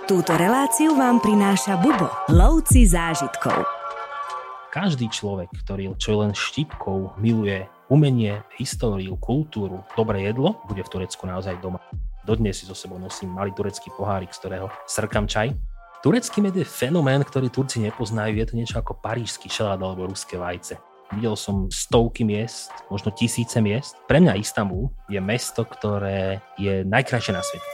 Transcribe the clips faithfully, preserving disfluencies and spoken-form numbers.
Túto reláciu vám prináša Bubo, lovci zážitkov. Každý človek, ktorý čo je len štipkou miluje umenie, históriu, kultúru, dobré jedlo, bude v Turecku naozaj doma. Dodnes si so sebou nosím malý turecký pohárik, z ktorého srkam čaj. Turecký med je fenomén, ktorý Turci nepoznajú, je to niečo ako parížsky šalát alebo ruské vajce. Videl som stovky miest, možno tisíce miest. Pre mňa Istanbul je mesto, ktoré je najkrajšie na svete.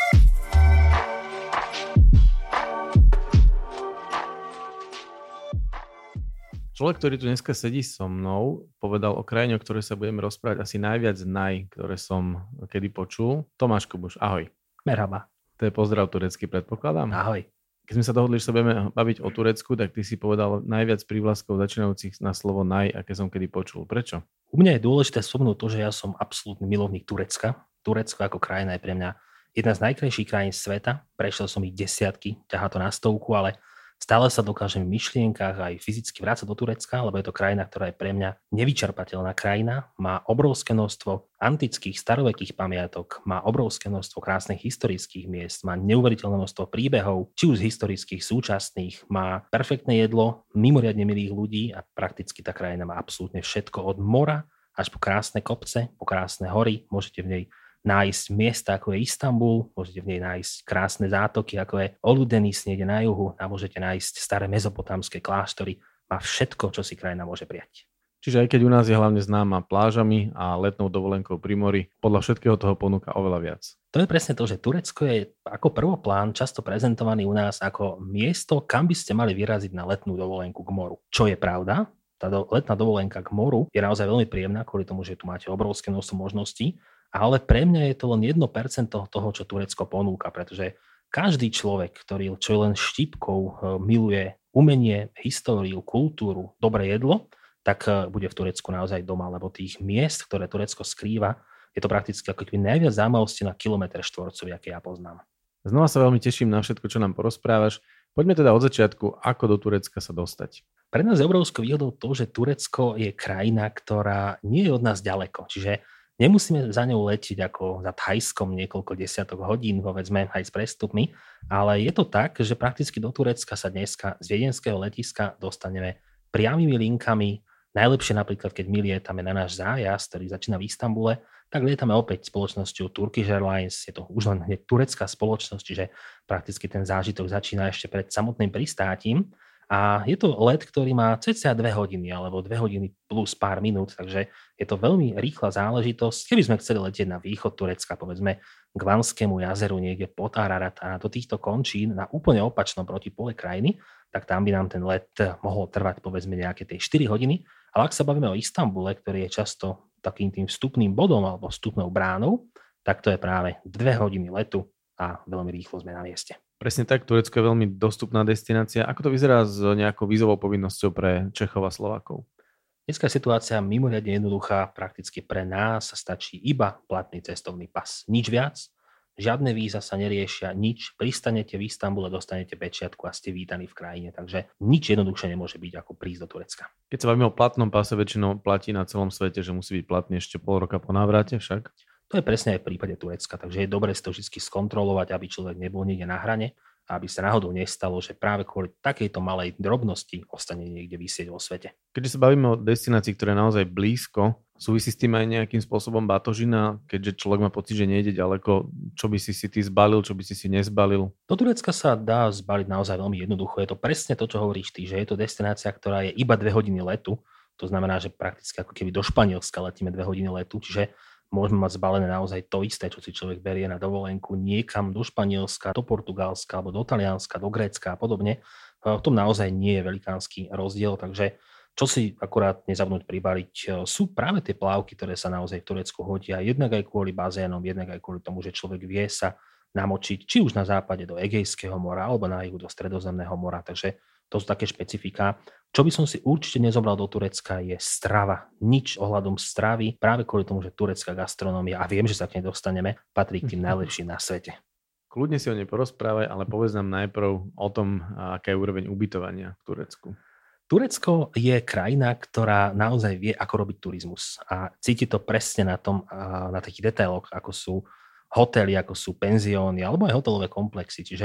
Človek, ktorý tu dneska sedí so mnou, povedal o krajine, o ktorej sa budeme rozprávať asi najviac naj, ktoré som kedy počul. Tomáš Kubuš, ahoj. Merhaba. To je pozdrav turecký, predpokladám. Ahoj. Keď sme sa dohodli, že sa budeme baviť o Turecku, tak ty si povedal najviac prívlastkov začínajúcich na slovo naj, aké som kedy počul. Prečo? U mňa je dôležité spomenúť to, že ja som absolútny milovník Turecka. Turecko ako krajina je pre mňa jedna z najkrajších krajín sveta. Prešiel som ich desiatky, ťahá to na stovku, ale stále sa dokážem v myšlienkach aj fyzicky vrácať do Turecka, lebo je to krajina, ktorá je pre mňa nevyčerpateľná krajina, má obrovské množstvo antických, starovekých pamiatok, má obrovské množstvo krásnych historických miest, má neuveriteľné množstvo príbehov, či už historických, súčasných, má perfektné jedlo, mimoriadne milých ľudí a prakticky tá krajina má absolútne všetko od mora až po krásne kopce, po krásne hory, môžete v nej nájsť miesta, ako je Istanbul, môžete v nej nájsť krásne zátoky, ako je Oludenis niekde na juhu a môžete nájsť staré mezopotámske kláštory. Má všetko, čo si krajina môže prijať. Čiže aj keď u nás je hlavne známa plážami a letnou dovolenkou pri mori, podľa všetkého toho ponúka oveľa viac. To je presne to, že Turecko je ako prvoplán často prezentovaný u nás ako miesto, kam by ste mali vyraziť na letnú dovolenku k moru. Čo je pravda? Tá do, letná dovolenka k moru je naozaj veľmi príjemná, kvôli tomu, že tu máte obrovské množstvo možností. Ale pre mňa je to len jedno percento toho, čo Turecko ponúka, pretože každý človek, ktorý čo je len štipkou miluje umenie, históriu, kultúru, dobré jedlo, tak bude v Turecku naozaj doma, lebo tých miest, ktoré Turecko skrýva, je to prakticky ako keby najviac zaujímavosti na kilometr štvorcový, aké ja poznám. Znova sa veľmi teším na všetko, čo nám porozprávaš. Poďme teda od začiatku, ako do Turecka sa dostať. Pre nás je obrovskou výhodou to, že Turecko je krajina, ktorá nie je od nás ďaleko, čiže nemusíme za ňou letiť ako za Thajskom niekoľko desiatok hodín, povedzme aj s prestupmi, ale je to tak, že prakticky do Turecka sa dneska z viedenského letiska dostaneme priamými linkami. Najlepšie napríklad, keď my lietame na náš zájazd, ktorý začína v Istanbule, tak lietame opäť spoločnosťou Turkish Airlines. Je to už len hneď turecká spoločnosť, čiže prakticky ten zážitok začína ešte pred samotným pristátím. A je to let, ktorý má cca dve hodiny, alebo dve hodiny plus pár minút, takže je to veľmi rýchla záležitosť. Keby sme chceli letieť na východ Turecka, povedzme k Vanskému jazeru, niekde pod Ararat a do týchto končín na úplne opačnom protipole krajiny, tak tam by nám ten let mohol trvať povedzme nejaké tie štyri hodiny. Ale ak sa bavíme o Istanbule, ktorý je často takým tým vstupným bodom alebo vstupnou bránou, tak to je práve dve hodiny letu a veľmi rýchlo sme na mieste. Presne tak, Turecko je veľmi dostupná destinácia. Ako to vyzerá s nejakou vízovou povinnosťou pre Čechov a Slovákov? Dneska je situácia mimoriadne jednoduchá. Prakticky pre nás stačí iba platný cestovný pas. Nič viac, žiadne víza sa neriešia, nič. Pristanete v Istanbule, dostanete pečiatku a ste vítaní v krajine. Takže nič jednoduchšie nemôže byť ako prísť do Turecka. Keď sa bavíme o platnom pase, väčšinou platí na celom svete, že musí byť platný ešte pol roka po návrate však. To je presne aj v prípade Turecka, takže je dobre si to vždy skontrolovať, aby človek nebol niekde na hrane a aby sa náhodou nestalo, že práve kvôli takejto malej drobnosti ostane niekde visieť vo svete. Keďže sa bavíme o destinácii, ktorá je naozaj blízko, súvisí s tým aj nejakým spôsobom batožina, keďže človek má pocit, že nejde ďaleko, čo by si si ty zbalil, čo by si si nezbalil? Do Turecka sa dá zbaliť naozaj veľmi jednoducho. Je to presne to, čo hovoríš ty, že je to destinácia, ktorá je iba dve hodiny letu. To znamená, že prakticky ako keby do Španielska letíme dve hodiny letu, čiže môžeme mať zbalené naozaj to isté, čo si človek berie na dovolenku niekam do Španielska, do Portugalska, alebo do Talianska, do Grécka a podobne. V tom naozaj nie je velikánsky rozdiel, takže čo si akurát nezabudnúť pribaliť, sú práve tie plávky, ktoré sa naozaj v Turecku hodia, jednak aj kvôli bazénom, jednak aj kvôli tomu, že človek vie sa namočiť, či už na západe do Egejského mora, alebo na juhu do Stredozemného mora, takže to sú také špecifika. Čo by som si určite nezobral do Turecka je strava. Nič ohľadom stravy, práve kvôli tomu, že turecká gastronómia, a viem, že sa k nej dostaneme, patrí k tým najlepším na svete. Kľudne si o nej porozprávaj, ale povedz nám najprv o tom, aká je úroveň ubytovania v Turecku. Turecko je krajina, ktorá naozaj vie, ako robiť turizmus. A cíti to presne na tom, na takých detailoch, ako sú hotely, ako sú penzióny, alebo aj hotelové komplexy. Čiže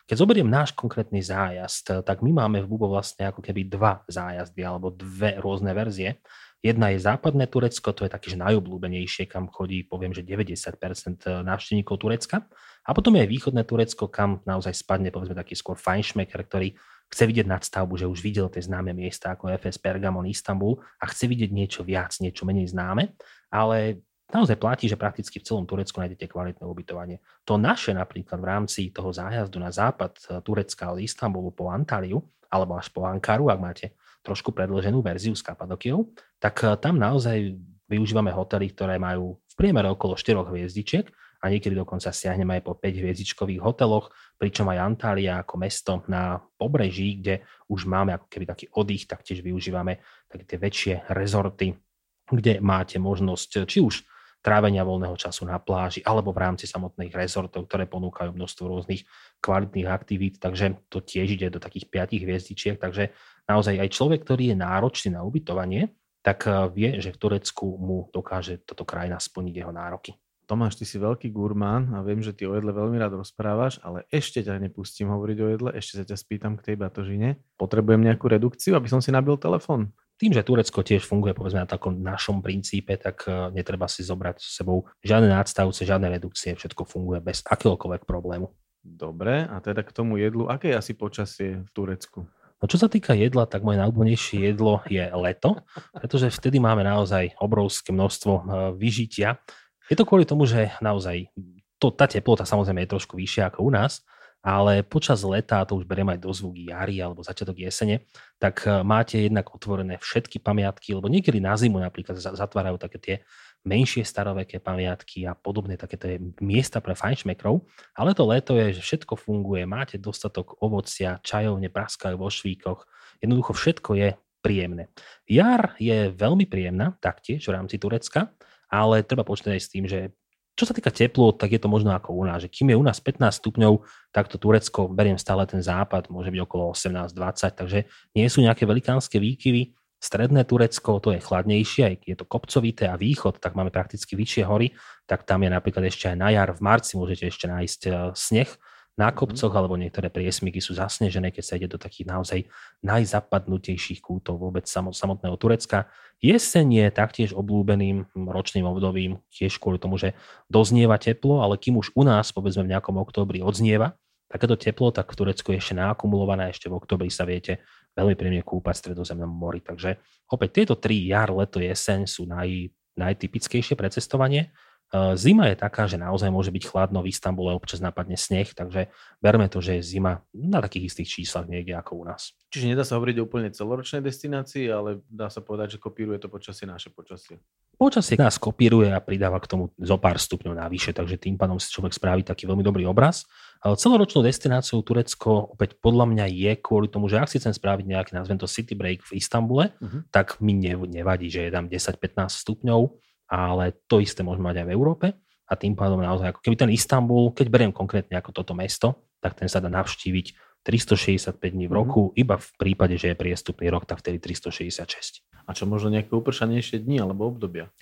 Keď zoberiem náš konkrétny zájazd, tak my máme v Bubo vlastne ako keby dva zájazdy alebo dve rôzne verzie. Jedna je západné Turecko, to je také, že najobľúbenejšie, kam chodí, poviem, že deväťdesiat percent návštevníkov Turecka. A potom je východné Turecko, kam naozaj spadne, povedzme, taký skôr fajnšmeker, ktorý chce vidieť nadstavbu, že už videl tie známe miesta ako Efes, Pergamon, Istanbul a chce vidieť niečo viac, niečo menej známe, ale naozaj platí, že prakticky v celom Turecku nájdete kvalitné ubytovanie. To naše napríklad v rámci toho zájazdu na západ Turecka od Istanbulu po Antáliu alebo až po Ankaru, ak máte trošku predĺženú verziu s Kapadokiou, tak tam naozaj využívame hotely, ktoré majú v priemere okolo štyroch hviezdičiek a niekedy dokonca siahneme aj po päť hviezdičkových hoteloch, pričom aj Antália ako mesto na pobreží, kde už máme ako keby taký oddych, tak tiež využívame také tie väčšie rezorty, kde máte možnosť či už trávenia voľného času na pláži alebo v rámci samotných rezortov, ktoré ponúkajú množstvo rôznych kvalitných aktivít, takže to tiež ide do takých piatich hviezdičiek, takže naozaj aj človek, ktorý je náročný na ubytovanie, tak vie, že v Turecku mu dokáže toto krajina splniť jeho nároky. Tomáš, ty si veľký gurmán a viem, že ty o jedle veľmi rád rozprávaš, ale ešte ťa nepustím hovoriť o jedle, ešte sa ťa spýtam k tej batožine. Potrebujem nejakú redukciu, aby som si nabil telefón? Tým, že Turecko tiež funguje povedzme na takom našom princípe, tak netreba si zobrať s sebou žiadne nadstavce, žiadne redukcie, všetko funguje bez akéhokoľvek problému. Dobre, a teda k tomu jedlu, aké je asi počasie v Turecku? No čo sa týka jedla, tak moje najobľúbenejšie jedlo je leto, pretože vtedy máme naozaj obrovské množstvo vyžitia. Je to kvôli tomu, že naozaj to, tá teplota samozrejme je trošku vyššia ako u nás, ale počas leta, to už beriem aj dozvuk jary alebo začiatok jesene, tak máte jednak otvorené všetky pamiatky, lebo niekedy na zimu napríklad zatvárajú také tie menšie staroveké pamiatky a podobné takéto miesta pre fajnšmekrov, ale to leto je, že všetko funguje, máte dostatok ovocia, čajovne praskajú vo švíkoch, jednoducho všetko je príjemné. Jar je veľmi príjemná, taktiež v rámci Turecka, ale treba počítať aj s tým, že čo sa týka teplot, tak je to možno ako u nás, že kým je u nás pätnásť stupňov, tak to Turecko, beriem stále ten západ, môže byť okolo osemnásť dvadsať, takže nie sú nejaké velikánske výkyvy. Stredné Turecko, to je chladnejšie, aj je to kopcovité a východ, tak máme prakticky vyššie hory, tak tam je napríklad ešte aj na jar, v marci môžete ešte nájsť sneh na kopcoch, mm. alebo niektoré priesmyky sú zasnežené, keď sa ide do takých naozaj najzapadnutejších kútov vôbec samotného Turecka. Jeseň je taktiež obľúbeným ročným obdobím, tiež kvôli tomu, že doznieva teplo, ale kým už u nás, povedzme v nejakom októbri odznieva, takéto teplo, tak v Turecku je ešte naakumulované, ešte v októbri sa viete veľmi príjemne kúpať v Stredozemnom mori. Takže opäť tieto tri, jar, leto, jeseň sú naj, najtypickejšie pre cestovanie. Zima je taká, že naozaj môže byť chladno, v Istanbule občas napadne sneh, takže berme to, že je zima na takých istých číslach niekde ako u nás. Čiže nedá sa hovoriť o úplne celoročnej destinácii, ale dá sa povedať, že kopíruje to počasie naše počasie. Počasie nás kopíruje a pridáva k tomu zo pár stupňov navyše, takže tým pádom si človek spraví taký veľmi dobrý obraz. Celoročnou destináciou Turecko opäť podľa mňa je kvôli tomu, že ak si chcem spraviť nejaký, nazvem to city break v Istanbule, uh-huh. tak mi nevadí, že je tam desať pätnásť stupňov, ale to isté môžeme mať aj v Európe a tým pádom naozaj, ako keby ten Istanbul, keď beriem konkrétne ako toto mesto, tak ten sa dá navštíviť tristošesťdesiatpäť dní v roku, mm-hmm. iba v prípade, že je priestupný rok, tak vtedy tristošesťdesiatšesť. A čo možno nejaké upršanejšie dni alebo obdobia?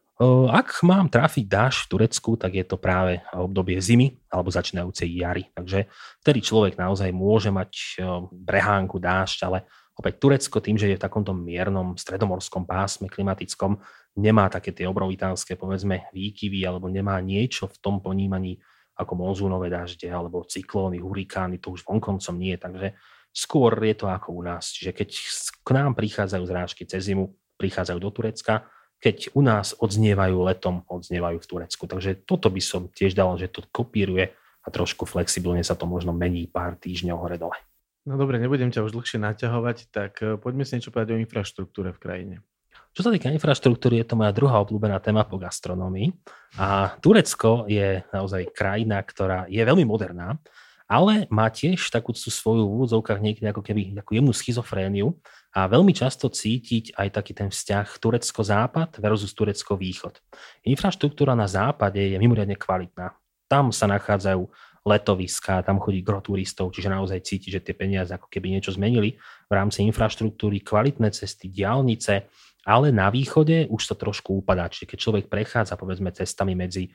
Ak mám trafiť dážď v Turecku, tak je to práve obdobie zimy alebo začínajúcej jary. Takže vtedy človek naozaj môže mať brehánku, dážď, ale opäť Turecko tým, že je v takomto miernom stredomorskom pásme klimatickom, nemá také tie obrovitánske, povedzme, výkyvy alebo nemá niečo v tom ponímaní ako monzúnové dažde alebo cyklóny, hurikány, to už vonkoncom nie. Takže skôr je to ako u nás. Čiže keď k nám prichádzajú zrážky cez zimu, prichádzajú do Turecka, keď u nás odznievajú letom, odznievajú v Turecku. Takže toto by som tiež dal, že to kopíruje a trošku flexibilne sa to možno mení pár týždňov hore-dole. No dobre, nebudem ťa už dlhšie naťahovať, tak poďme si niečo povedať o infraštruktúre v krajine. Čo sa týka infraštruktúry, je to moja druhá obľúbená téma po gastronómii. A Turecko je naozaj krajina, ktorá je veľmi moderná, ale má tiež takú svoju v úvodzovkách niekedy ako keby takú jemnú schizofréniu a veľmi často cítiť aj taký ten vzťah Turecko-západ versus Turecko-východ. Infraštruktúra na západe je mimoriadne kvalitná. Tam sa nachádzajú letoviská, tam chodí gro turistov, čiže naozaj cíti, že tie peniaze ako keby niečo zmenili v rámci infraštruktúry, kvalitné cesty, diaľnice, ale na východe už to trošku upadá. Čiže keď človek prechádza povedzme cestami medzi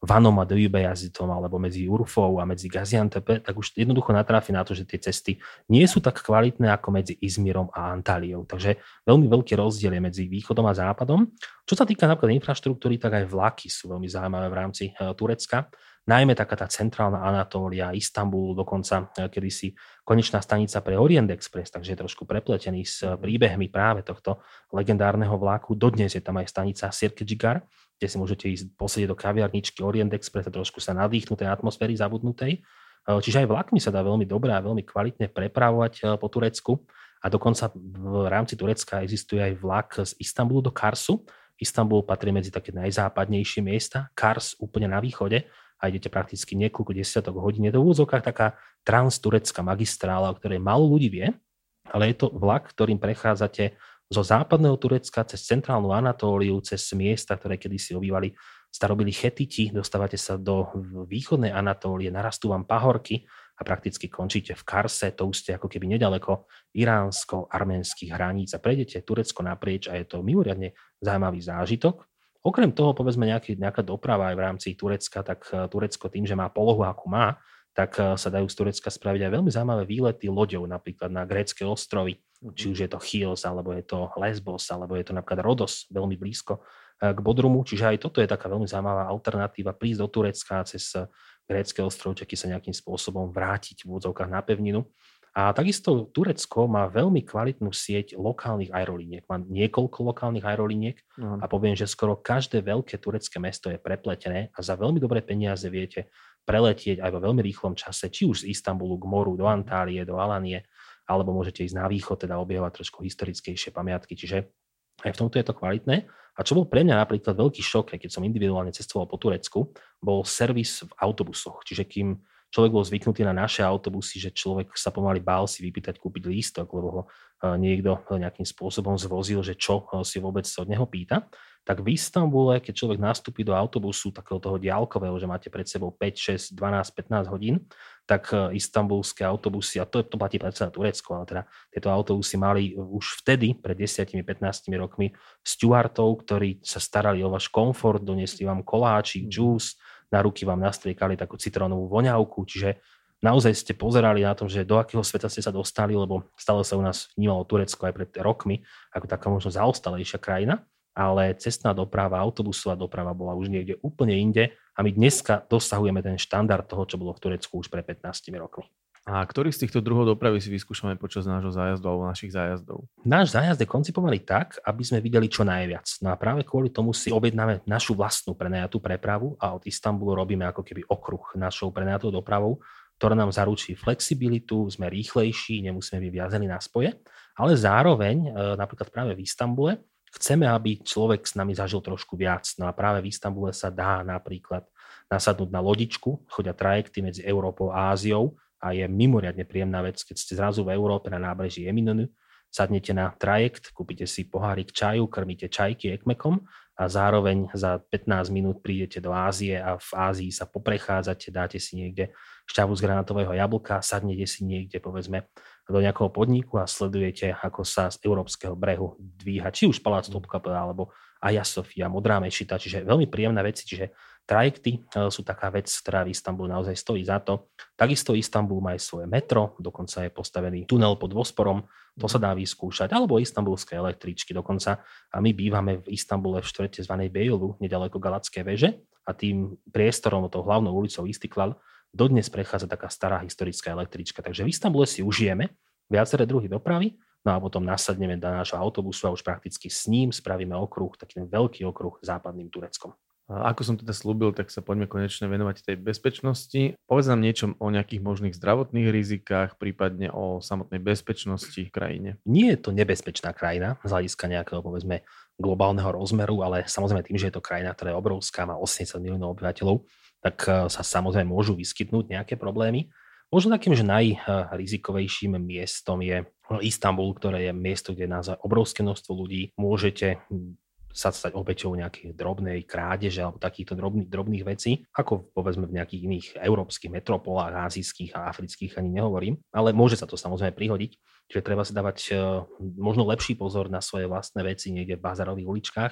Vanom a Dojibejazidom alebo medzi Urfou a medzi Gaziantepe, tak už jednoducho natráfi na to, že tie cesty nie sú tak kvalitné ako medzi Izmirom a Antáliou. Takže veľmi veľký rozdiel je medzi východom a západom. Čo sa týka napríklad infraštruktúry, tak aj vlaky sú veľmi zaujímavé v rámci Turecka. Najmä taká tá centrálna Anatólia, Istanbul, dokonca kedysi konečná stanica pre Orient Express, takže je trošku prepletený s príbehmi práve tohto legendárneho vlaku. Dodnes je tam aj stanica Sirkejigar, kde si môžete ísť posedieť do kaviarničky Orient Express a trošku sa nadýchnuť tej atmosféry zabudnutej. Čiže aj vlakmi sa dá veľmi dobre a veľmi kvalitne prepravovať po Turecku a dokonca v rámci Turecka existuje aj vlak z Istanbulu do Karsu. Istanbul patrí medzi také najzápadnejšie miesta, Kars úplne na východe, a idete prakticky niekoľko desiatok hodín. Je to v úvodzovkách taká transturecká magistrála, o ktorej málo ľudí vie, ale je to vlak, ktorým prechádzate zo západného Turecka cez centrálnu Anatóliu, cez miesta, ktoré kedysi obývali starobylí Chetiti, dostávate sa do východnej Anatólie, narastú vám pahorky a prakticky končíte v Karse, to už ste ako keby nedaleko iránsko-arménskych hraníc a prejdete Turecko naprieč a je to mimoriadne zaujímavý zážitok. Okrem toho, povedzme, nejaký, nejaká doprava aj v rámci Turecka, tak Turecko tým, že má polohu, akú má, tak sa dajú z Turecka spraviť aj veľmi zaujímavé výlety loďou, napríklad na grécke ostrovy, mm-hmm. či už je to Chios, alebo je to Lesbos, alebo je to napríklad Rodos, veľmi blízko k Bodrumu, čiže aj toto je taká veľmi zaujímavá alternatíva prísť do Turecka cez grécke ostrovčeky sa nejakým spôsobom vrátiť v úvodzovkách na pevninu. A takisto Turecko má veľmi kvalitnú sieť lokálnych aerolíniek. Má niekoľko lokálnych aerolíniek uh-huh. a poviem, že skoro každé veľké turecké mesto je prepletené a za veľmi dobré peniaze viete preletieť aj vo veľmi rýchlom čase, či už z Istanbulu k moru, do Antálie, do Alanie, alebo môžete ísť na východ, teda objavovať trošku historickejšie pamiatky. Čiže aj v tomto je to kvalitné. A čo bol pre mňa napríklad veľký šok, keď som individuálne cestoval po Turecku, bol servis v autobusoch. Čiže kým človek bol zvyknutý na naše autobusy, že človek sa pomaly bál si vypýtať, kúpiť lístok, lebo ho niekto nejakým spôsobom zvozil, že čo si vôbec od neho pýta. Tak v Istanbule, keď človek nastúpi do autobusu takého toho diaľkového, že máte pred sebou päť, šesť, dvanásť, pätnásť hodín, tak istanbulské autobusy, a to, to platí pre celé Turecko, ale teda tieto autobusy mali už vtedy, pred desať až pätnásť rokmi, stewardov, ktorí sa starali o váš komfort, doniesli vám koláčik, džús, na ruky vám nastriekali takú citrónovú voňavku, čiže naozaj ste pozerali na tom, že do akého sveta ste sa dostali, lebo stále sa u nás vnímalo Turecko aj pred rokmi ako taká možno zaostalejšia krajina, ale cestná doprava, autobusová doprava bola už niekde úplne inde a my dneska dosahujeme ten štandard toho, čo bolo v Turecku už pred pätnástimi rokmi. A ktorý z týchto druhov dopravy si vyskúšame počas nášho zájazdu alebo našich zájazdov? Náš zájazd je koncipovaný tak, aby sme videli čo najviac. No a práve kvôli tomu si objednáme našu vlastnú prenajatú prepravu a od Istanbulu robíme ako keby okruh našou prenajatou dopravou, ktorá nám zaručí flexibilitu, sme rýchlejší, nemusíme byť viazení na spoje, ale zároveň napríklad práve v Istanbule chceme, aby človek s nami zažil trošku viac. No a práve v Istanbule sa dá napríklad nasadnúť na lodičku, chodia trajekty medzi Európou a Áziou, a je mimoriadne príjemná vec, keď ste zrazu v Európe na nábreží Eminonu, sadnete na trajekt, kúpite si pohárik čaju, krmíte čajky ekmekom a zároveň za pätnásť minút prídete do Ázie a v Ázii sa poprechádzate, dáte si niekde šťavu z granátového jablka, sadnete si niekde, povedzme, do nejakého podniku a sledujete, ako sa z európskeho brehu dvíha, či už Palác Topkapi alebo Hagia Sophia, Modrá mešita, čiže veľmi príjemné veci, čiže trajekty sú taká vec, ktorá v Istanbule naozaj stojí za to. Takisto Istanbul má aj svoje metro, dokonca je postavený tunel pod Vosporom, to sa dá vyskúšať, alebo istanbulské električky dokonca. A my bývame v Istanbule v štvrte zvanej Beyoğlu, nedaleko Galatskej veže a tým priestorom, tou hlavnou ulicou Istiklal, dodnes prechádza taká stará historická električka. Takže v Istanbule si užijeme viaceré druhy dopravy, no a potom nasadneme do nášho autobusu a už prakticky s ním spravíme okruh, taký veľký okruh západným Tureckom. Ako som teda slúbil, tak sa poďme konečne venovať tej bezpečnosti. Povedz nám niečo o nejakých možných zdravotných rizikách, prípadne o samotnej bezpečnosti v krajine. Nie je to nebezpečná krajina z hľadiska nejakého, povedzme, globálneho rozmeru, ale samozrejme tým, že je to krajina, ktorá je obrovská, má osemdesiat miliónov obyvateľov, tak sa samozrejme môžu vyskytnúť nejaké problémy. Možno takým, že najrizikovejším miestom je Istanbul, ktoré je miesto, kde je naozaj obrovské množstvo ľudí. Môžete sa stať obeťou nejakej drobnej krádeže alebo takýchto drobných, drobných vecí, ako povedzme v nejakých iných európskych metropolách, ázijských a afrických ani nehovorím, ale môže sa to samozrejme prihodiť, čiže treba si dávať možno lepší pozor na svoje vlastné veci niekde v bazarových uličkách.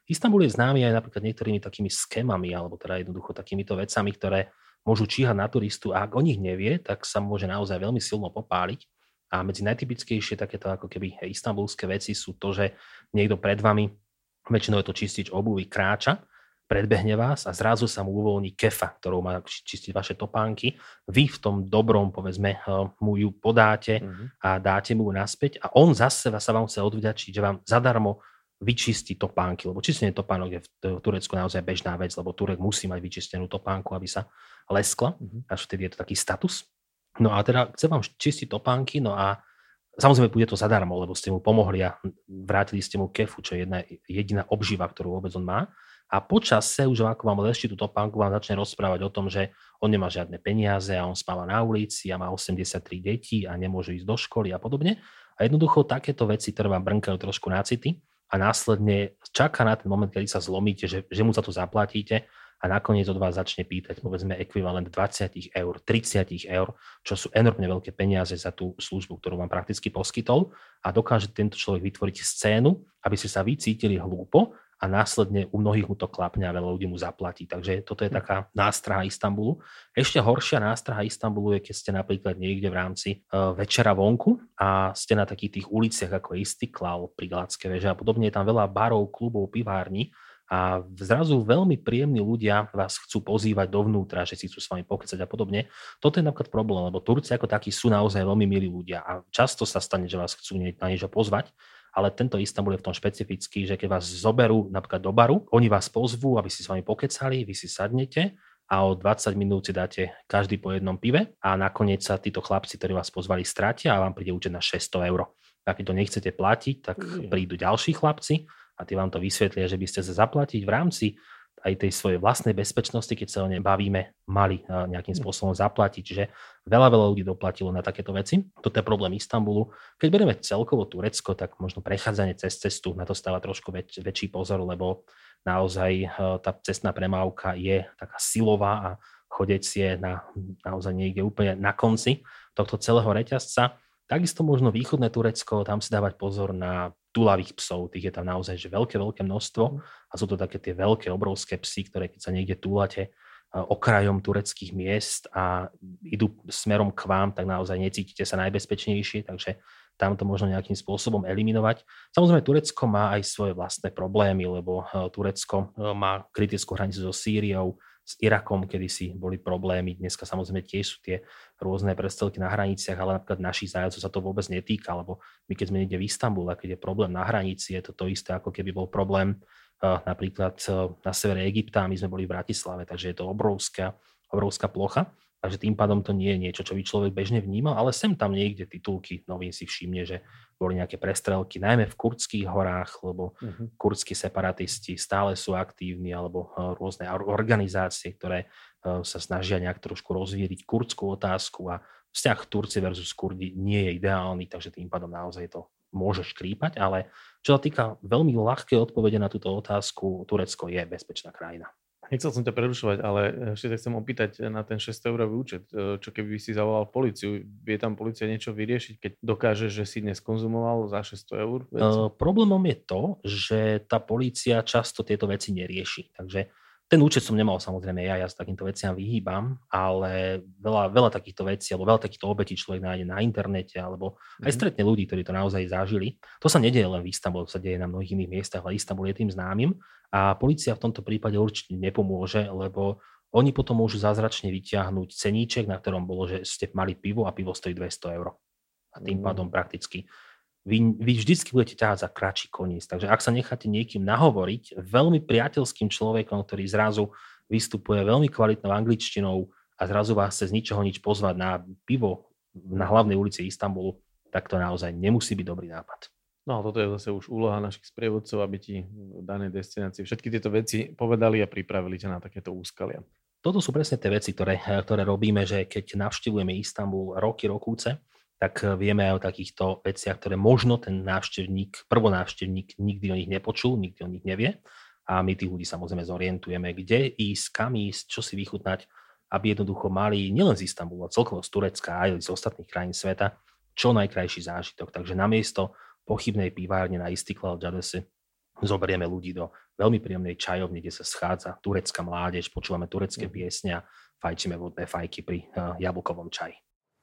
Istanbul je známy aj napríklad niektorými takými skémami, alebo teda jednoducho takýmito vecami, ktoré môžu číhať na turistu a ak o nich nevie, tak sa môže naozaj veľmi silno popáliť. A medzi najtypickejšie takéto ako keby istanbulské veci sú to, že niekto pred vami, väčšinou je to čistič obuvy, kráča, predbehne vás a zrazu sa mu uvoľní kefa, ktorou má čistiť vaše topánky. Vy v tom dobrom, povedzme, mu ju podáte a dáte mu ju naspäť a on zase sa vám chce odvďačiť, že vám zadarmo vyčistí topánky, lebo čistenie topánok je v Turecku naozaj bežná vec, lebo Turek musí mať vyčistenú topánku, aby sa leskla, až vtedy je to taký status. No a teda chce vám čistiť topánky, no a samozrejme bude to zadarmo, lebo ste mu pomohli a vrátili ste mu kefu, čo je jedna jediná obživa, ktorú vôbec on má. A počase, už ako vám lešti tú topánku, vám začne rozprávať o tom, že on nemá žiadne peniaze a on spáva na ulici a má osemdesiattri detí a nemôže ísť do školy a podobne. A jednoducho takéto veci, ktoré vám brnkajú trošku na city a následne čaká na ten moment, kedy sa zlomíte, že, že mu za to zaplatíte a nakoniec od vás začne pýtať, povedzme, ekvivalent dvadsať eur, tridsať eur, čo sú enormne veľké peniaze za tú službu, ktorú vám prakticky poskytol a dokáže tento človek vytvoriť scénu, aby ste sa vy cítili hlúpo a následne u mnohých mu to klapne a veľa ľudí mu zaplatí. Takže toto je taká nástraha Istanbulu. Ešte horšia nástraha Istanbulu je, keď ste napríklad niekde v rámci uh, večera vonku a ste na takých tých uliciach ako Istiklal pri Gladské veže a podobne. Je tam veľa barov, klubov, pivární a zrazu veľmi príjemní ľudia vás chcú pozývať dovnútra, že si chcú s vami pokecať a podobne. Toto je napríklad problém, lebo Turci ako takí sú naozaj veľmi milí ľudia a často sa stane, že vás chcú na niečo pozvať, ale tento Istanbul je v tom špecifický, že keď vás zoberú napríklad do baru, oni vás pozvú, aby si s vami pokecali, vy si sadnete a o dvadsať minút si dáte každý po jednom pive a nakoniec sa títo chlapci, ktorí vás pozvali, stratia a vám príde účet na šesťsto eur. A keď to nechcete platiť, tak prídu ďalší chlapci a tí vám to vysvetlia, že by ste sa zaplatiť v rámci aj tej svojej vlastnej bezpečnosti, keď sa o nej bavíme, mali nejakým spôsobom zaplatiť. Čiže veľa, veľa ľudí doplatilo na takéto veci. Toto je problém Istanbulu. Keď berieme celkovo Turecko, tak možno prechádzanie cez cestu na to stáva trošku väč- väčší pozor, lebo naozaj tá cestná premávka je taká silová a chodec je na, naozaj niekde úplne na konci tohto celého reťazca. Takisto možno východné Turecko, tam si dávať pozor na tulavých psov, tých je tam naozaj že veľké, veľké množstvo a sú to také tie veľké, obrovské psy, ktoré keď sa niekde túlate okrajom tureckých miest a idú smerom k vám, tak naozaj necítite sa najbezpečnejšie, takže tam to možno nejakým spôsobom eliminovať. Samozrejme, Turecko má aj svoje vlastné problémy, lebo Turecko má kritickú hranicu so Sýriou, s Irakom, kedysi boli problémy. Dneska samozrejme tiež sú tie rôzne prestrelky na hraniciach, ale napríklad našich zájazcov sa to vôbec netýka, lebo my keď sme niekde v Istanbule, keď je problém na hranici, je to to isté, ako keby bol problém uh, napríklad uh, na severe Egypta, my sme boli v Bratislave, takže je to obrovská, obrovská plocha. Takže tým pádom to nie je niečo, čo by človek bežne vnímal, ale sem tam niekde titulky novín si všimne, že boli nejaké prestrelky, najmä v kurdských horách, lebo uh-huh. kurdskí separatisti stále sú aktívni, alebo uh, rôzne organizácie, ktoré uh, sa snažia nejak trošku rozvíriť kurdskú otázku a vzťah Turci versus Kurdi nie je ideálny, takže tým pádom naozaj to môže škrípať, ale čo sa týka veľmi ľahké odpovede na túto otázku, Turecko je bezpečná krajina. Nechcel som ťa prerušovať, ale ešte sa chcem opýtať na ten šesťsto eurový účet. Čo keby si zavolal políciu? Vie tam polícia niečo vyriešiť, keď dokáže, že si neskonzumoval za šesťsto eur? Uh, problémom je to, že tá polícia často tieto veci nerieši. Takže ten účet som nemal samozrejme ja, ja sa takýmto veciam vyhýbam, ale veľa, veľa takýchto vecí, alebo veľa takýchto obetí človek nájde na internete, alebo aj stretne ľudí, ktorí to naozaj zažili. To sa nedieje len v Istanbule, to sa deje na mnohých iných miestach, ale Istanbul je tým známym a polícia v tomto prípade určite nepomôže, lebo oni potom môžu zázračne vyťahnuť ceníček, na ktorom bolo, že ste mali pivo a pivo stojí dvesto eur. A tým pádom prakticky Vy, vy vždycky budete ťahať za kratší koniec. Takže ak sa necháte niekým nahovoriť veľmi priateľským človekom, ktorý zrazu vystupuje veľmi kvalitnou angličtinou a zrazu vás chce z ničoho nič pozvať na pivo na hlavnej ulici Istanbulu, tak to naozaj nemusí byť dobrý nápad. No a toto je zase už úloha našich sprievodcov, aby ti v danej destinácii všetky tieto veci povedali a pripravili ťa na takéto úskalia. Toto sú presne tie veci, ktoré, ktoré robíme, že keď navštevujeme Istanbul roky, rokúce, tak vieme aj o takýchto veciach, ktoré možno ten návštevník, prvonávštevník nikdy o nich nepočul, nikdy o nich nevie. A my tých ľudí samozrejme zorientujeme, kde ísť, kam ísť, čo si vychutnať, aby jednoducho mali nielen z Istanbulu, ale celkovo z Turecka aj z ostatných krajín sveta čo najkrajší zážitok. Takže namiesto pochybnej pivárne na Istiklal Caddesi zoberieme ľudí do veľmi príjemnej čajovni, kde sa schádza turecká mládež, počúvame turecké piesne a fajčíme vodné fajky pri uh, jablkovom čaji.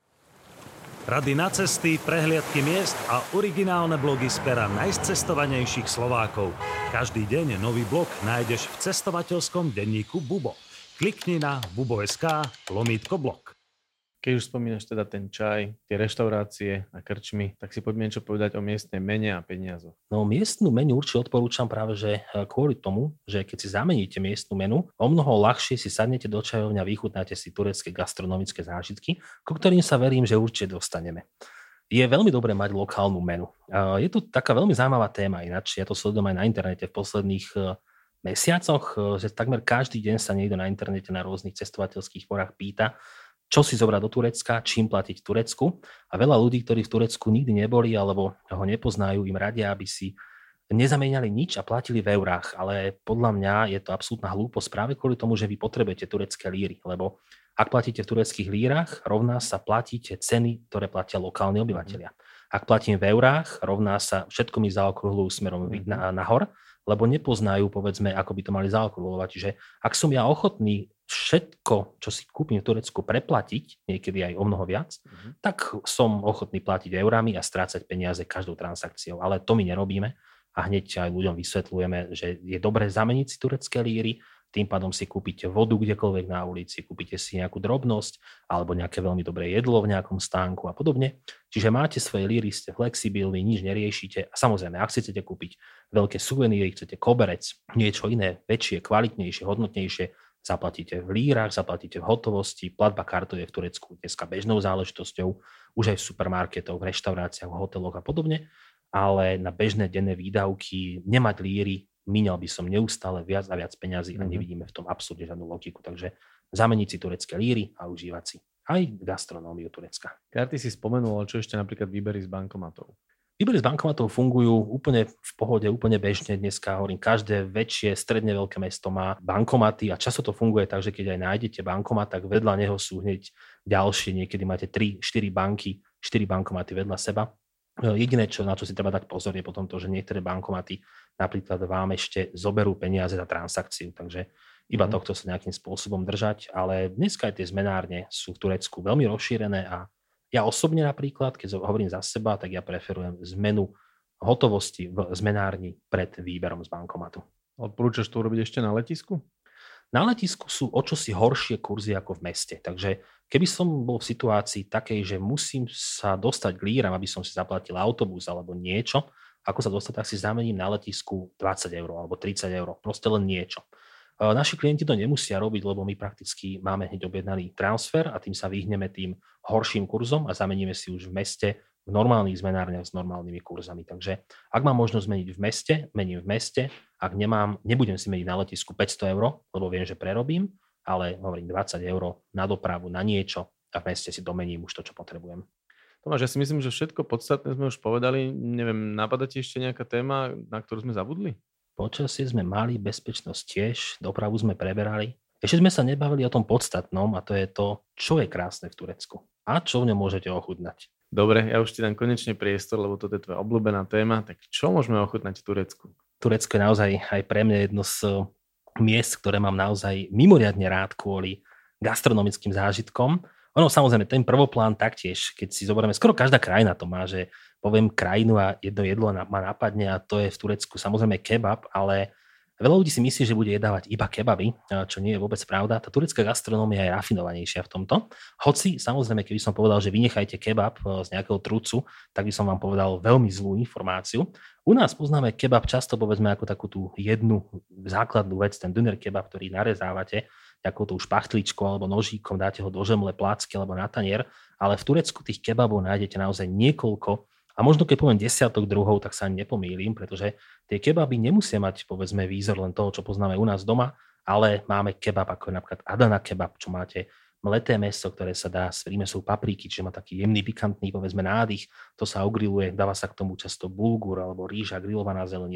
Rady na cesty, prehliadky miest a originálne blogy z pera najcestovanejších Slovákov. Každý deň nový blog nájdeš v cestovateľskom denníku Bubo. Klikni na bubo.sk lomítko blog. Keď už spomínaš teda ten čaj, tie reštaurácie a krčmy, tak si poďme niečo povedať o miestnej mene a peniazoch. No miestnu menu určite odporúčam práve, že kvôli tomu, že keď si zameníte miestnu menu, o mnoho ľahšie si sadnete do čajovňa a vychutnáte si turecké gastronomické zážitky, ku ktorým sa verím, že určite dostaneme. Je veľmi dobré mať lokálnu menu. Je to taká veľmi zaujímavá téma, ináč ja to sledujem aj na internete v posledných mesiacoch, že takmer každý deň sa niekto na internete na rôznych cestovateľských forách pýta, čo si zobrať do Turecka, čím platiť v Turecku. A veľa ľudí, ktorí v Turecku nikdy neboli alebo ho nepoznajú, im radia, aby si nezamieňali nič a platili v eurách. Ale podľa mňa je to absolútna hlúposť práve kvôli tomu, že vy potrebujete turecké líry. Lebo ak platíte v tureckých lírach, rovná sa platíte ceny, ktoré platia lokálni obyvateľia. Ak platím v eurách, rovná sa všetko mi zaokrúhľujú smerom na, nahor, lebo nepoznajú, povedzme, ako by to mali zaokrúhľovať. Čiže ak som ja ochotný všetko, čo si kúpim v Turecku, preplatiť, niekedy aj o mnoho viac, mm-hmm. tak som ochotný platiť eurami a strácať peniaze každou transakciou. Ale to my nerobíme a hneď aj ľuďom vysvetľujeme, že je dobré zameniť si turecké líry, tým pádom si kúpite vodu kdekoľvek na ulici, kúpite si nejakú drobnosť alebo nejaké veľmi dobré jedlo v nejakom stánku a podobne. Čiže máte svoje líry, ste flexibilní, nič neriešite a samozrejme, ak chcete kúpiť veľké suveníry, chcete koberec, niečo iné, väčšie, kvalitnejšie, hodnotnejšie, zaplatíte v lírach, zaplatíte v hotovosti, platba kartou je v Turecku dneska bežnou záležitosťou, už aj v supermarketoch, v reštauráciách, v hoteloch a podobne, ale na bežné denné výdavky nemať líry, míňal by som neustále viac a viac peňazí a nevidíme v tom absolútne žiadnu logiku. Takže zameniť si turecké líry a užívať si aj gastronómiu Turecka. Karty si spomenul, čo ešte napríklad výbery z bankomatov? Výbery z bankomatov fungujú úplne v pohode, úplne bežne. Dneska hovorím, každé väčšie, stredne veľké mesto má bankomaty a často to funguje tak, že keď aj nájdete bankomat, tak vedľa neho sú hneď ďalšie. Niekedy máte tri štyri banky, štyri bankomaty vedľa seba. Jediné, čo, na čo si treba dať pozor, je potom to, že niektoré bankomaty napríklad vám ešte zoberú peniaze za transakciu, takže iba mm. tohto sa nejakým spôsobom držať, ale dneska aj tie zmenárne sú v Turecku veľmi rozšírené a ja osobne napríklad, keď hovorím za seba, tak ja preferujem zmenu hotovosti v zmenárni pred výberom z bankomatu. Odporúčaš to urobiť ešte na letisku? Na letisku sú o čosi horšie kurzy ako v meste, takže keby som bol v situácii takej, že musím sa dostať k líram, aby som si zaplatil autobus alebo niečo, ako sa dostať, tak si zamením na letisku dvadsať eur alebo tridsať eur, proste len niečo. Naši klienti to nemusia robiť, lebo my prakticky máme hneď objednaný transfer a tým sa vyhneme tým horším kurzom a zameníme si už v meste v normálnych zmenárniach s normálnymi kurzami. Takže ak mám možnosť meniť v meste, mením v meste. Ak nemám, nebudem si meniť na letisku päťsto eur, lebo viem, že prerobím, ale hovorím dvadsať eur na dopravu, na niečo a v meste si domením už to, čo potrebujem. Tomáš, ja si myslím, že všetko podstatné sme už povedali. Neviem, napadá ti ešte nejaká téma, na ktorú sme zabudli? Počasie sme mali, bezpečnosť tiež, dopravu sme preberali. Ešte sme sa nebavili o tom podstatnom a to je to, čo je krásne v Turecku a čo v ňom môžete ochutnať. Dobre, ja už ti dám konečne priestor, lebo toto je tvoja obľúbená téma. Tak čo môžeme ochutnať v Turecku? Turecko je naozaj aj pre mňa jedno z miest, ktoré mám naozaj mimoriadne rád kvôli gastronomickým zážitkom. Ono samozrejme, ten prvoplán taktiež, keď si zoberieme, skoro každá krajina to má, že poviem krajinu a jedno jedlo ma napadne a to je v Turecku samozrejme kebab, ale veľa ľudí si myslí, že bude jedávať iba kebaby, čo nie je vôbec pravda. Tá turecká gastronómia je rafinovanejšia v tomto. Hoci, samozrejme, keby som povedal, že vynechajte kebab z nejakého trucu, tak by som vám povedal veľmi zlú informáciu. U nás poznáme kebab často, povedzme, ako takú tú jednu základnú vec, ten döner kebab, ktorý narezávate takouto špachtličkou alebo nožíkom, dáte ho do žemle, plácky alebo na tanier, ale v Turecku tých kebabov nájdete naozaj niekoľko. A možno keď poviem desiatok druhov, tak sa ani nepomýlim, pretože tie kebaby nemusia mať, povedzme, výzor len toho, čo poznáme u nás doma, ale máme kebab ako je napríklad Adana kebab, čo máte mleté mäso, ktoré sa dá s prímesou papriky, čiže má taký jemný, pikantný, povedzme, nádych, to sa ogriluje, dáva sa k tomu často bulgur alebo rýža, grillovaná zelenina.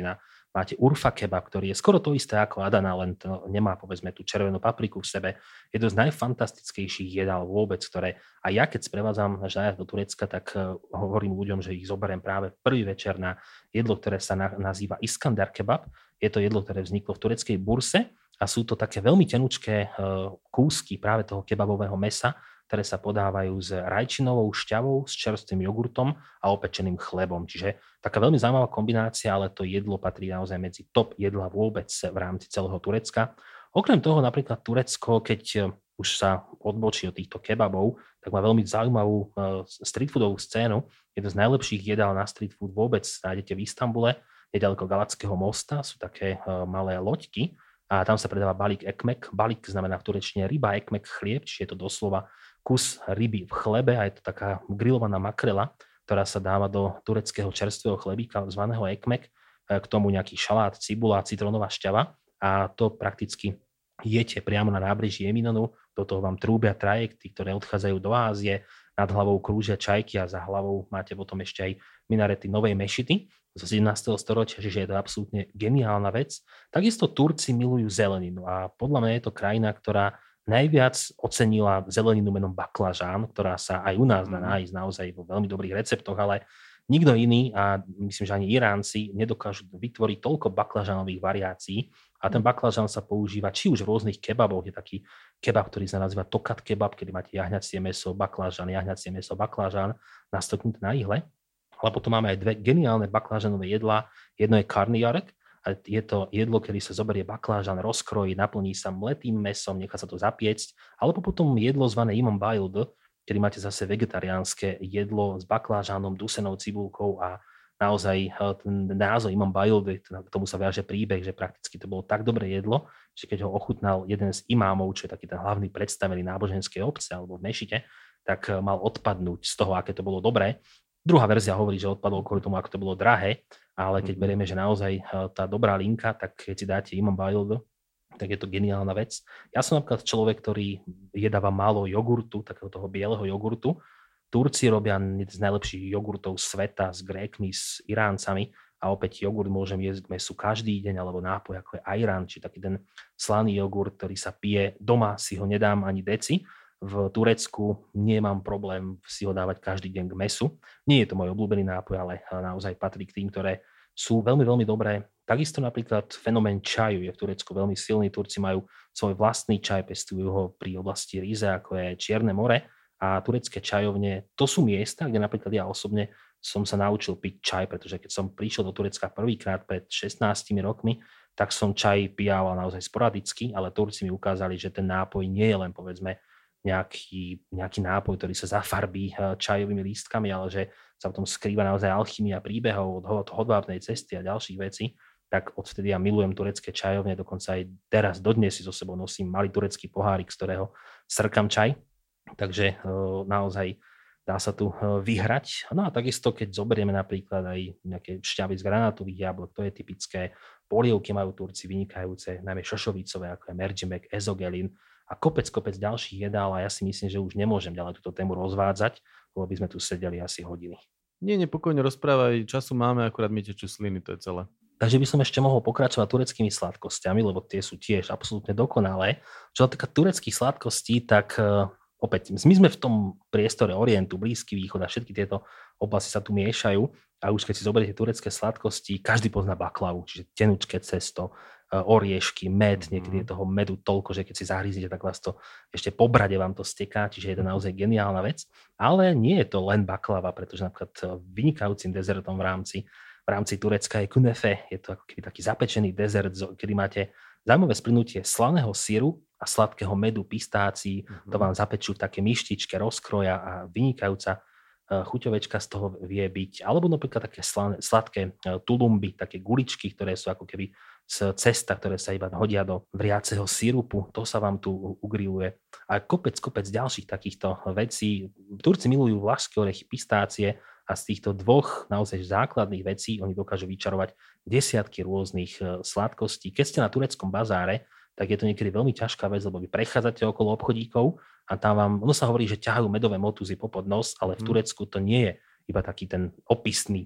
Máte Urfa kebab, ktorý je skoro to isté ako Adana, len to nemá povedzme tú červenú papriku v sebe. Je to z najfantastickejších jedál vôbec, ktoré aj ja keď sprevádzam náš nájazd do Turecka, tak hovorím ľuďom, že ich zoberiem práve prvý večer na jedlo, ktoré sa na, nazýva Iskandar kebab. Je to jedlo, ktoré vzniklo v tureckej burse a sú to také veľmi tenučké kúsky práve toho kebabového mesa, ktoré sa podávajú s rajčinovou šťavou, s čerstvým jogurtom a opečeným chlebom. Čiže taká veľmi zaujímavá kombinácia, ale to jedlo patrí naozaj medzi top jedla vôbec v rámci celého Turecka. Okrem toho napríklad Turecko, keď už sa odbočí od týchto kebabov, tak má veľmi zaujímavú streetfoodovú scénu. Je to z najlepších jedál na street food vôbec. Nájdete v Istanbule, nedaleko Galackého mosta, sú také malé loďky a tam sa predáva balík ekmek. Balík znamená v turečtine ryba, ekmek, chlieb, čiže je to doslova kus ryby v chlebe a je to taká grillovaná makrela, ktorá sa dáva do tureckého čerstvého chlebíka zvaného ekmek, k tomu nejaký šalát, cibula, citrónová šťava a to prakticky jete priamo na nábreží Eminonu, do toho vám trúbia trajekty, ktoré odchádzajú do Ázie, nad hlavou krúžia čajky a za hlavou máte potom ešte aj minarety Novej mešity zo sedemnásteho storočia, čiže je to absolútne geniálna vec. Takisto Turci milujú zeleninu a podľa mňa je to krajina, ktorá najviac ocenila zeleninu menom baklažán, ktorá sa aj u nás dá nájsť naozaj vo veľmi dobrých receptoch, ale nikto iný a myslím, že ani Iránci nedokážu vytvoriť toľko baklažánových variácií a ten baklažán sa používa či už v rôznych kebaboch, je taký kebab, ktorý sa nazýva tokat kebab, kedy máte jahňacie mäso, baklažán, jahňacie mäso, baklažán nastoknuté na ihle. Ale potom máme aj dve geniálne baklažánové jedlá, jedno je karniarek, a je to jedlo, kedy sa zoberie baklážan, rozkrojí, naplní sa mletým mäsom, nechá sa to zapiecť, alebo potom jedlo zvané imam bayıldı, kedy máte zase vegetariánske jedlo s baklážanom, dusenou cibulkou a naozaj ten názov imam bayıldı, k tomu sa viaže príbeh, že prakticky to bolo tak dobré jedlo, že keď ho ochutnal jeden z imámov, čo je taký ten hlavný predstavený náboženskej obce alebo v mešite, tak mal odpadnúť z toho, aké to bolo dobré. Druhá verzia hovorí, že odpadol kvôli tomu, ako to bolo drahé, ale keď berieme, že naozaj tá dobrá linka, tak keď si dáte imam bayıldı, tak je to geniálna vec. Ja som napríklad človek, ktorý jedáva málo jogurtu, takého toho bieleho jogurtu. Turci robia z najlepších jogurtov sveta s Grékmi, s Iráncami a opäť jogurt môžem jesť k mesu každý deň, alebo nápoj ako je ajran, či taký ten slaný jogurt, ktorý sa pije doma, si ho nedám ani deci. V Turecku nemám problém si ho dávať každý deň k mesu. Nie je to môj obľúbený nápoj, ale naozaj patrí k tým, ktoré sú veľmi, veľmi dobré. Takisto napríklad fenomén čaju je v Turecku veľmi silný. Turci majú svoj vlastný čaj, pestujú ho pri oblasti Rize, ako je Čierne more. A turecké čajovne, to sú miesta, kde napríklad ja osobne som sa naučil piť čaj, pretože keď som prišiel do Turecka prvýkrát pred šestnástimi rokmi, tak som čaj pijával naozaj sporadicky, ale Turci mi ukázali, že ten nápoj nie je len povedzme Nejaký, nejaký nápoj, ktorý sa zafarbí čajovými lístkami, ale že sa v tom skrýva naozaj alchymia príbehov od hodvábnej cesty a ďalších vecí, tak odvtedy ja milujem turecké čajovne, dokonca aj teraz dodnes si so sebou nosím malý turecký pohárik, z ktorého srkam čaj, takže naozaj dá sa tu vyhrať. No a takisto, keď zoberieme napríklad aj nejaké šťavy z granátových jablok, to je typické, polievky majú Turci vynikajúce, najmä šošovicové, ako je mercimek, ezogelin, a kopec, kopec ďalších jedál a ja si myslím, že už nemôžem ďalej túto tému rozvádzať, lebo by sme tu sedeli asi hodiny. Nie, nepokojne rozprávaj, času máme, akurát mi tečú sliny, to je celé. Takže by som ešte mohol pokračovať tureckými sladkosťami, lebo tie sú tiež absolútne dokonalé. Čo sa týka tureckých sladkostí, tak uh, opäť, my sme v tom priestore Orientu, Blízky východ a všetky tieto oblasti sa tu miešajú a už keď si zoberiete turecké sladkosti, každý pozná baklavu, čiže tenučké cesto, oriešky, med, niekedy je toho medu toľko, že keď si zahrízite, tak vás to ešte po brade vám to steká, čiže je to naozaj geniálna vec. Ale nie je to len baklava, pretože napríklad vynikajúcim dezertom v rámci, v rámci Turecka je künefe, je to ako keby taký zapečený dezert, kedy máte zaujímavé splynutie slaného syru a sladkého medu, pistácií, mm-hmm. to vám zapečú také myštičke, rozkroja a vynikajúca chuťovečka z toho vie byť. Alebo napríklad také sladké tulumby, také guličky, ktoré sú ako keby z cesta, ktoré sa iba hodia do vriaceho sirupu, to sa vám tu ugriluje. A kopec, kopec ďalších takýchto vecí. Turci milujú vlašské orechy, pistácie a z týchto dvoch naozaj základných vecí oni dokážu vyčarovať desiatky rôznych sladkostí. Keď ste na tureckom bazáre, tak je to niekedy veľmi ťažká vec, lebo vy prechádzate okolo obchodíkov a tam vám, ono sa hovorí, že ťahajú medové motúzy popod nos, ale v Turecku to nie je iba taký ten opisný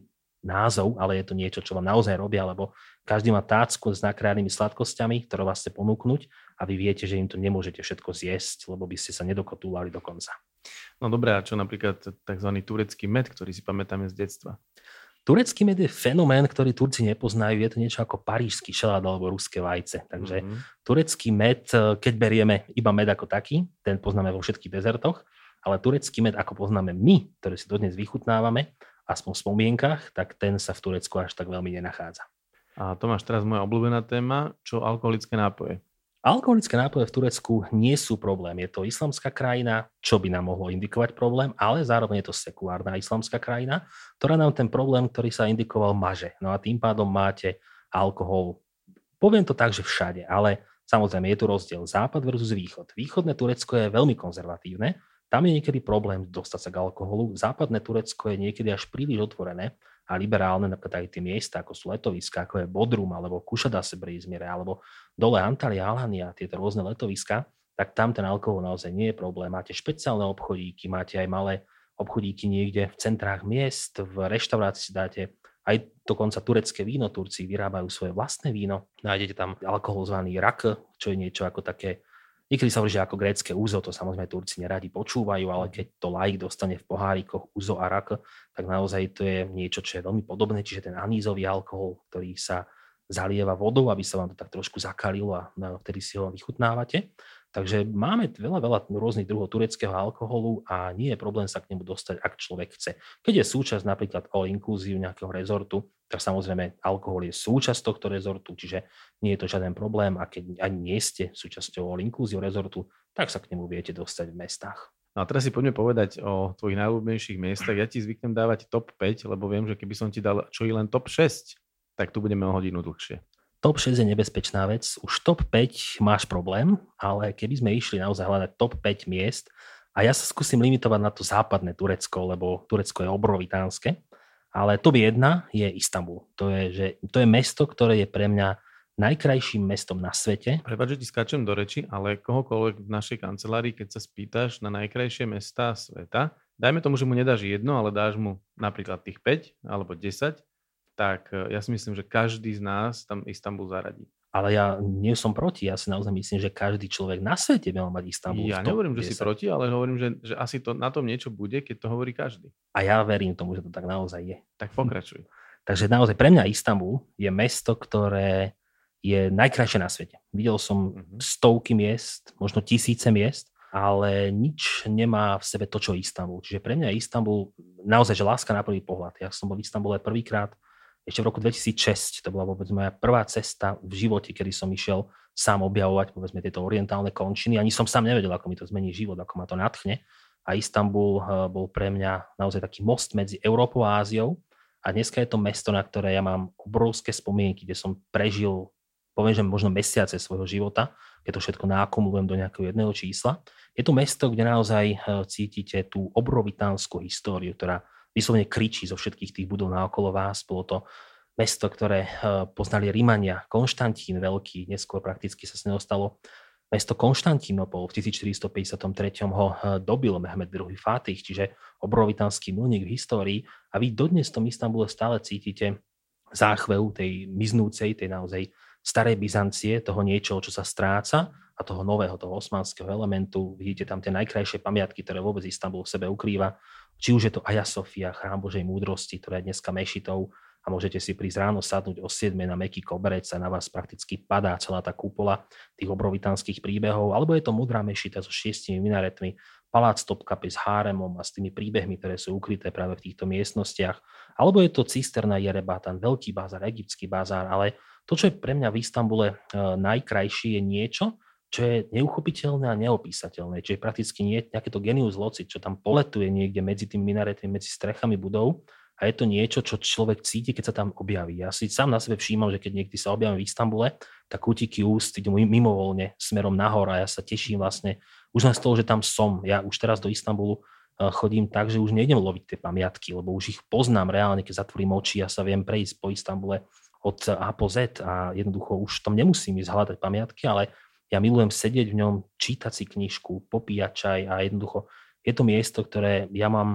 názov, ale je to niečo, čo vám naozaj robia, lebo každý má tácku s nakrájanými sladkosťami, ktoré vás chce ponúknuť a vy viete, že im to nemôžete všetko zjesť, lebo by ste sa nedokotúvali do konca. No dobré, a čo napríklad tzv. Turecký med, ktorý si pamätáme z detstva? Turecký med je fenomén, ktorý Turci nepoznajú. Je to niečo ako parížsky šalát alebo ruské vajce. Takže mm-hmm. turecký med, keď berieme iba med ako taký, ten poznáme vo všetkých dezertoch, ale turecký med, ako poznáme my, ktorý si dodnes vychutnávame, aspoň v spomienkach, tak ten sa v Turecku až tak veľmi nenachádza. A Tomáš, teraz moja obľúbená téma, čo alkoholické nápoje? Alkoholické nápoje v Turecku nie sú problém. Je to islamská krajina, čo by nám mohlo indikovať problém, ale zároveň je to sekulárna islamská krajina, ktorá nám ten problém, ktorý sa indikoval, maže. No a tým pádom máte alkohol, poviem to tak, že všade, ale samozrejme je tu rozdiel západ versus východ. Východné Turecko je veľmi konzervatívne, tam je niekedy problém dostať sa k alkoholu. Západné Turecko je niekedy až príliš otvorené a liberálne, napríklad aj tie miesta, ako sú letoviska, ako je Bodrum, alebo Kušadase pri Izmire, alebo dole Antalya, Alania, tieto rôzne letoviska, tak tam ten alkohol naozaj nie je problém. Máte špeciálne obchodíky, máte aj malé obchodíky niekde v centrách miest, v reštaurácii si dáte aj dokonca turecké víno, Turci vyrábajú svoje vlastné víno, nájdete tam alkohol zvaný rak, čo je niečo ako také. Niekedy sa hovorí, že ako grécke úzo, to samozrejme Turci neradi počúvajú, ale keď to laik dostane v pohárikoch úzo a rak, tak naozaj to je niečo, čo je veľmi podobné, čiže ten anízový alkohol, ktorý sa zalieva vodou, aby sa vám to tak trošku zakalilo a vtedy si ho vychutnávate. Takže máme veľa, veľa rôznych druhov tureckého alkoholu a nie je problém sa k nemu dostať, ak človek chce. Keď je súčasť napríklad all inclusive nejakého rezortu, tak samozrejme alkohol je súčasť tohto rezortu, čiže nie je to žiaden problém a keď ani nie ste súčasťou all inclusive rezortu, tak sa k nemu viete dostať v mestách. No a teraz si poďme povedať o tvojich najľúbenejších miestach. Ja ti zvyknem dávať top päť, lebo viem, že keby som ti dal čo i len top šesť, tak tu budeme o hodinu dlhšie. Top šesť je nebezpečná vec. Už top päť máš problém, ale keby sme išli naozaj hľadať top päť miest, a ja sa skúsim limitovať na to západné Turecko, lebo Turecko je obrovitánske, ale top jedna je Istanbul. To je, že, to je mesto, ktoré je pre mňa najkrajším mestom na svete. Prepáč, že ti skáčem do reči, ale kohokoľvek v našej kancelárii, keď sa spýtaš na najkrajšie mestá sveta, dajme tomu, že mu nedáš jedno, ale dáš mu napríklad tých päť alebo desať, tak ja si myslím, že každý z nás tam Istanbul zaradí. Ale ja nie som proti, ja si naozaj myslím, že každý človek na svete by mal mať Istanbul. Ja nehovorím, že si proti, ale hovorím, že, že asi to, na tom niečo bude, keď to hovorí každý. A ja verím tomu, že to tak naozaj je. Tak pokračuj. Takže naozaj pre mňa Istanbul je mesto, ktoré je najkrajšie na svete. Videl som uh-huh. stovky miest, možno tisíce miest, ale nič nemá v sebe to, čo je Istanbul. Čiže pre mňa je Istanbul naozaj, že láska na prvý pohľad. Ja som bol v Istanbule prvýkrát ešte v roku dvetisícšesť, to bola vôbec moja prvá cesta v živote, kedy som išiel sám objavovať, povedzme, tieto orientálne končiny. Ani som sám nevedel, ako mi to zmení život, ako ma to nadchne. A Istanbul bol pre mňa naozaj taký most medzi Európou a Áziou. A dneska je to mesto, na ktoré ja mám obrovské spomienky, kde som prežil, poviem, že možno mesiace svojho života, keď to všetko nakumulujem do nejakého jedného čísla. Je to mesto, kde naozaj cítite tú obrovitánsku históriu, ktorá vyslovene kričí zo všetkých tých budov naokolo vás. Bolo to mesto, ktoré poznali Rímania, Konštantín Veľký, neskôr prakticky sa z neho stalo mesto Konštantínopol. V tisícštyristopäťdesiattri ho dobil Mehmed druhý. Fátih, čiže obrovitánsky milník v histórii. A vy dodnes v tom Istanbule stále cítite záchvev tej miznúcej, tej naozaj starej Byzancie, toho niečoho, čo sa stráca, a toho nového, toho osmanského elementu. Vidíte tam tie najkrajšie pamiatky, ktoré vôbec Istanbul v sebe ukrýva. Či už je to Hagia Sofia, chrám Božej múdrosti, ktorá je dneska mešitou a môžete si prísť ráno sadnúť o siedmej na mäkký koberec a na vás prakticky padá celá tá kúpola tých obrovitánskych príbehov. Alebo je to múdra mešita so šiestimi minaretmi, palác Topkapi s háremom a s tými príbehmi, ktoré sú ukryté práve v týchto miestnostiach. Alebo je to cisterna Jerebatan, veľký bazár, egyptský bazár. Ale to, čo je pre mňa v Istanbule e, najkrajšie, je niečo, čo je neuchopiteľné a neopísateľné. Čiže prakticky nie je takéto genius loci, čo tam poletuje niekde medzi tými minaretmi, medzi strechami budov, a je to niečo, čo človek cíti, keď sa tam objaví. Ja si sám na sebe všímam, že keď niekedy sa objavím v Istanbule, tak kútiky úst idú mimovoľne smerom nahor a ja sa teším vlastne už len z toho, že tam som. Ja už teraz do Istanbulu chodím tak, že už nejdem loviť tie pamiatky, lebo už ich poznám reálne, keď zatvorím oči, ja sa viem prejsť po Istanbule od A po Z a jednoducho už tam nemusím ísť hľadať pamiatky, ale ja milujem sedieť v ňom, čítať si knižku, popíjať čaj a jednoducho je to miesto, ktoré ja mám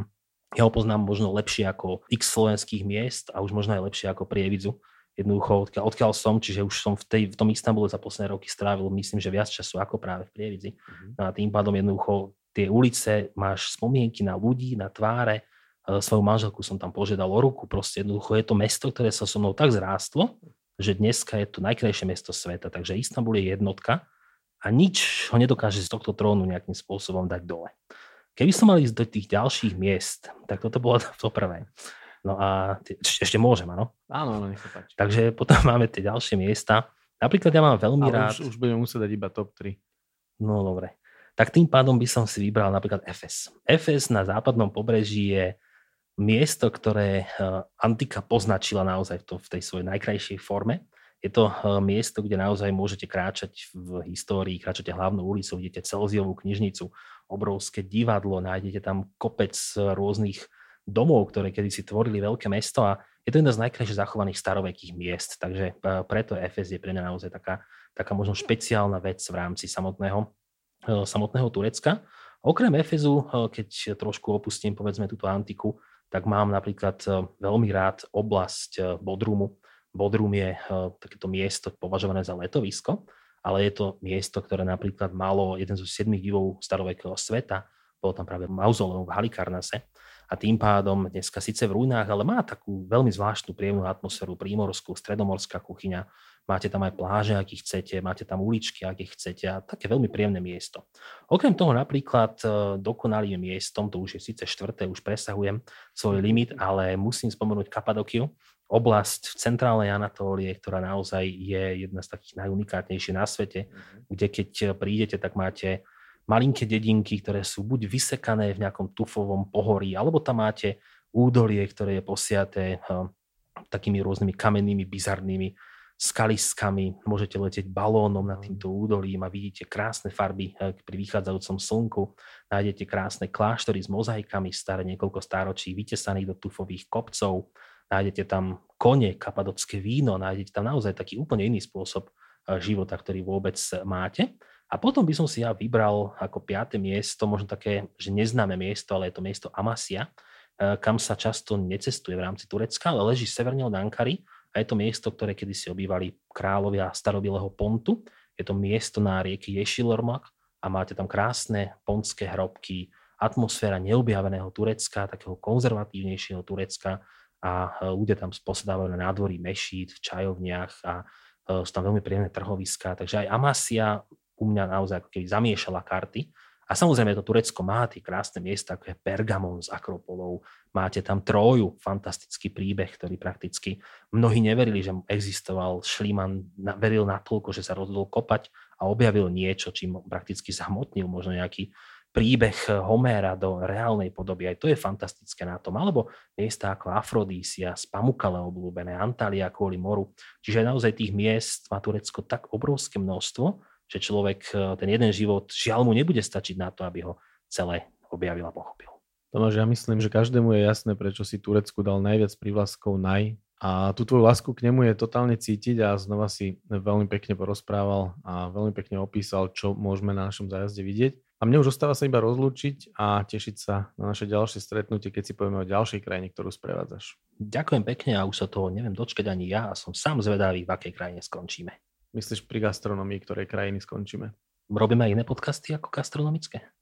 Ja ho poznám možno lepšie ako x slovenských miest a už možno aj lepšie ako Prievidzu. Jednoducho, odkiaľ, odkiaľ som, čiže už som v, tej, v tom Istanbule za posledné roky strávil, myslím, že viac času ako práve v Prievidzi. Mm-hmm. No a tým pádom jednoducho tie ulice, máš spomienky na ľudí, na tváre, e, svoju manželku som tam požiadal o ruku, proste jednoducho je to mesto, ktoré sa so mnou tak zrástlo, že dneska je to najkrajšie mesto sveta, takže Istanbul je jednotka a nič ho nedokáže z tohto trónu nejakým spôsobom dať dole. Keby som mal ísť do tých ďalších miest, tak toto bolo to prvé. No a ešte môžem, áno? Áno, áno, nech sa páči. Takže potom máme tie ďalšie miesta. Napríklad ja mám veľmi Ale rád... Už, už budeme musieť dať iba top tri. No dobre. Tak tým pádom by som si vybral napríklad Efes. Efes na západnom pobreží je miesto, ktoré antika poznačila naozaj v, to, v tej svojej najkrajšej forme. Je to miesto, kde naozaj môžete kráčať v histórii, kráčate hlavnou ulicou, vidíte Celziovú knižnicu, obrovské divadlo, nájdete tam kopec rôznych domov, ktoré kedysi tvorili veľké mesto a je to jedna z najkrajšie zachovaných starovekých miest, takže preto Efes je pre mňa naozaj taká, taká možno špeciálna vec v rámci samotného, samotného Turecka. Okrem Efezu, keď trošku opustím povedzme túto antiku, tak mám napríklad veľmi rád oblasť Bodrumu. Bodrum je takéto miesto považované za letovisko, ale je to miesto, ktoré napríklad malo jeden zo siedmich divov starovekého sveta, bolo tam práve mauzoleum v Halikarnase. A tým pádom dneska síce v ruinách, ale má takú veľmi zvláštnu príjemnú atmosféru, prímorskú, stredomorská kuchyňa. Máte tam aj pláže, aký chcete, máte tam uličky, aké chcete a také veľmi príjemné miesto. Okrem toho napríklad dokonalým miestom, to už je síce štvrté, už presahujem svoj limit, ale musím spomenúť Kapadokiu, oblasť v centrálnej Anatólie, ktorá naozaj je jedna z takých najunikátnejších na svete, mm-hmm. kde keď prídete, tak máte malinké dedinky, ktoré sú buď vysekané v nejakom tufovom pohorí, alebo tam máte údolie, ktoré je posiaté uh, takými rôznymi kamennými, bizarnými skaliskami. Môžete letieť balónom nad týmto údolím a vidíte krásne farby uh, pri vychádzajúcom slnku. Nájdete krásne kláštory s mozaikami, staré niekoľko stáročí, vytesaných do tufových kopcov. Nájdete tam kone, kapadocké víno, nájdete tam naozaj taký úplne iný spôsob uh, života, ktorý vôbec máte. A potom by som si ja vybral ako piate miesto, možno také, že neznáme miesto, ale je to miesto Amasya, kam sa často necestuje v rámci Turecka, ale leží severne od Ankary a je to miesto, ktoré kedysi obývali kráľovia starobieleho Pontu. Je to miesto na rieke Ješilormak a máte tam krásne pontské hrobky, atmosféra neobjaveného Turecka, takého konzervatívnejšieho Turecka a ľudia tam sposedávajú na nádvorí mešít, v čajovniach a sú tam veľmi príjemné trhoviská. Takže aj Amasya u mňa naozaj ako keby zamiešala karty. A samozrejme to Turecko má tie krásne miesta, ako je Pergamon s Akropolou. Máte tam Tróju, fantastický príbeh, ktorý prakticky mnohí neverili, že existoval. Šliman veril natoľko, že sa rozhodol kopať a objavil niečo, čím prakticky zhmotnil možno nejaký príbeh Homéra do reálnej podoby. Aj to je fantastické na tom. Alebo miesta ako Afrodísia, Spamukale obľúbené, Antalya kvôli moru. Čiže naozaj tých miest má Turecko tak obrovské množstvo, že človek ten jeden život, žiaľ mu nebude stačiť na to, aby ho celé objavil a pochopil. Tomáš, ja myslím, že každému je jasné, prečo si Turecku dal najviac prívlastkov naj. A tú tvoju lásku k nemu je totálne cítiť a znova si veľmi pekne porozprával a veľmi pekne opísal, čo môžeme na našom zájazde vidieť. A mne už ostáva sa iba rozlúčiť a tešiť sa na naše ďalšie stretnutie, keď si povieme o ďalšej krajine, ktorú sprevádzaš. Ďakujem pekne a už sa toho neviem dočkať ani ja a som sám zvedavý, v akej krajine skončíme. Myslíš pri gastronomii, ktorej krajiny skončíme? Robíme aj iné podcasty ako gastronomické?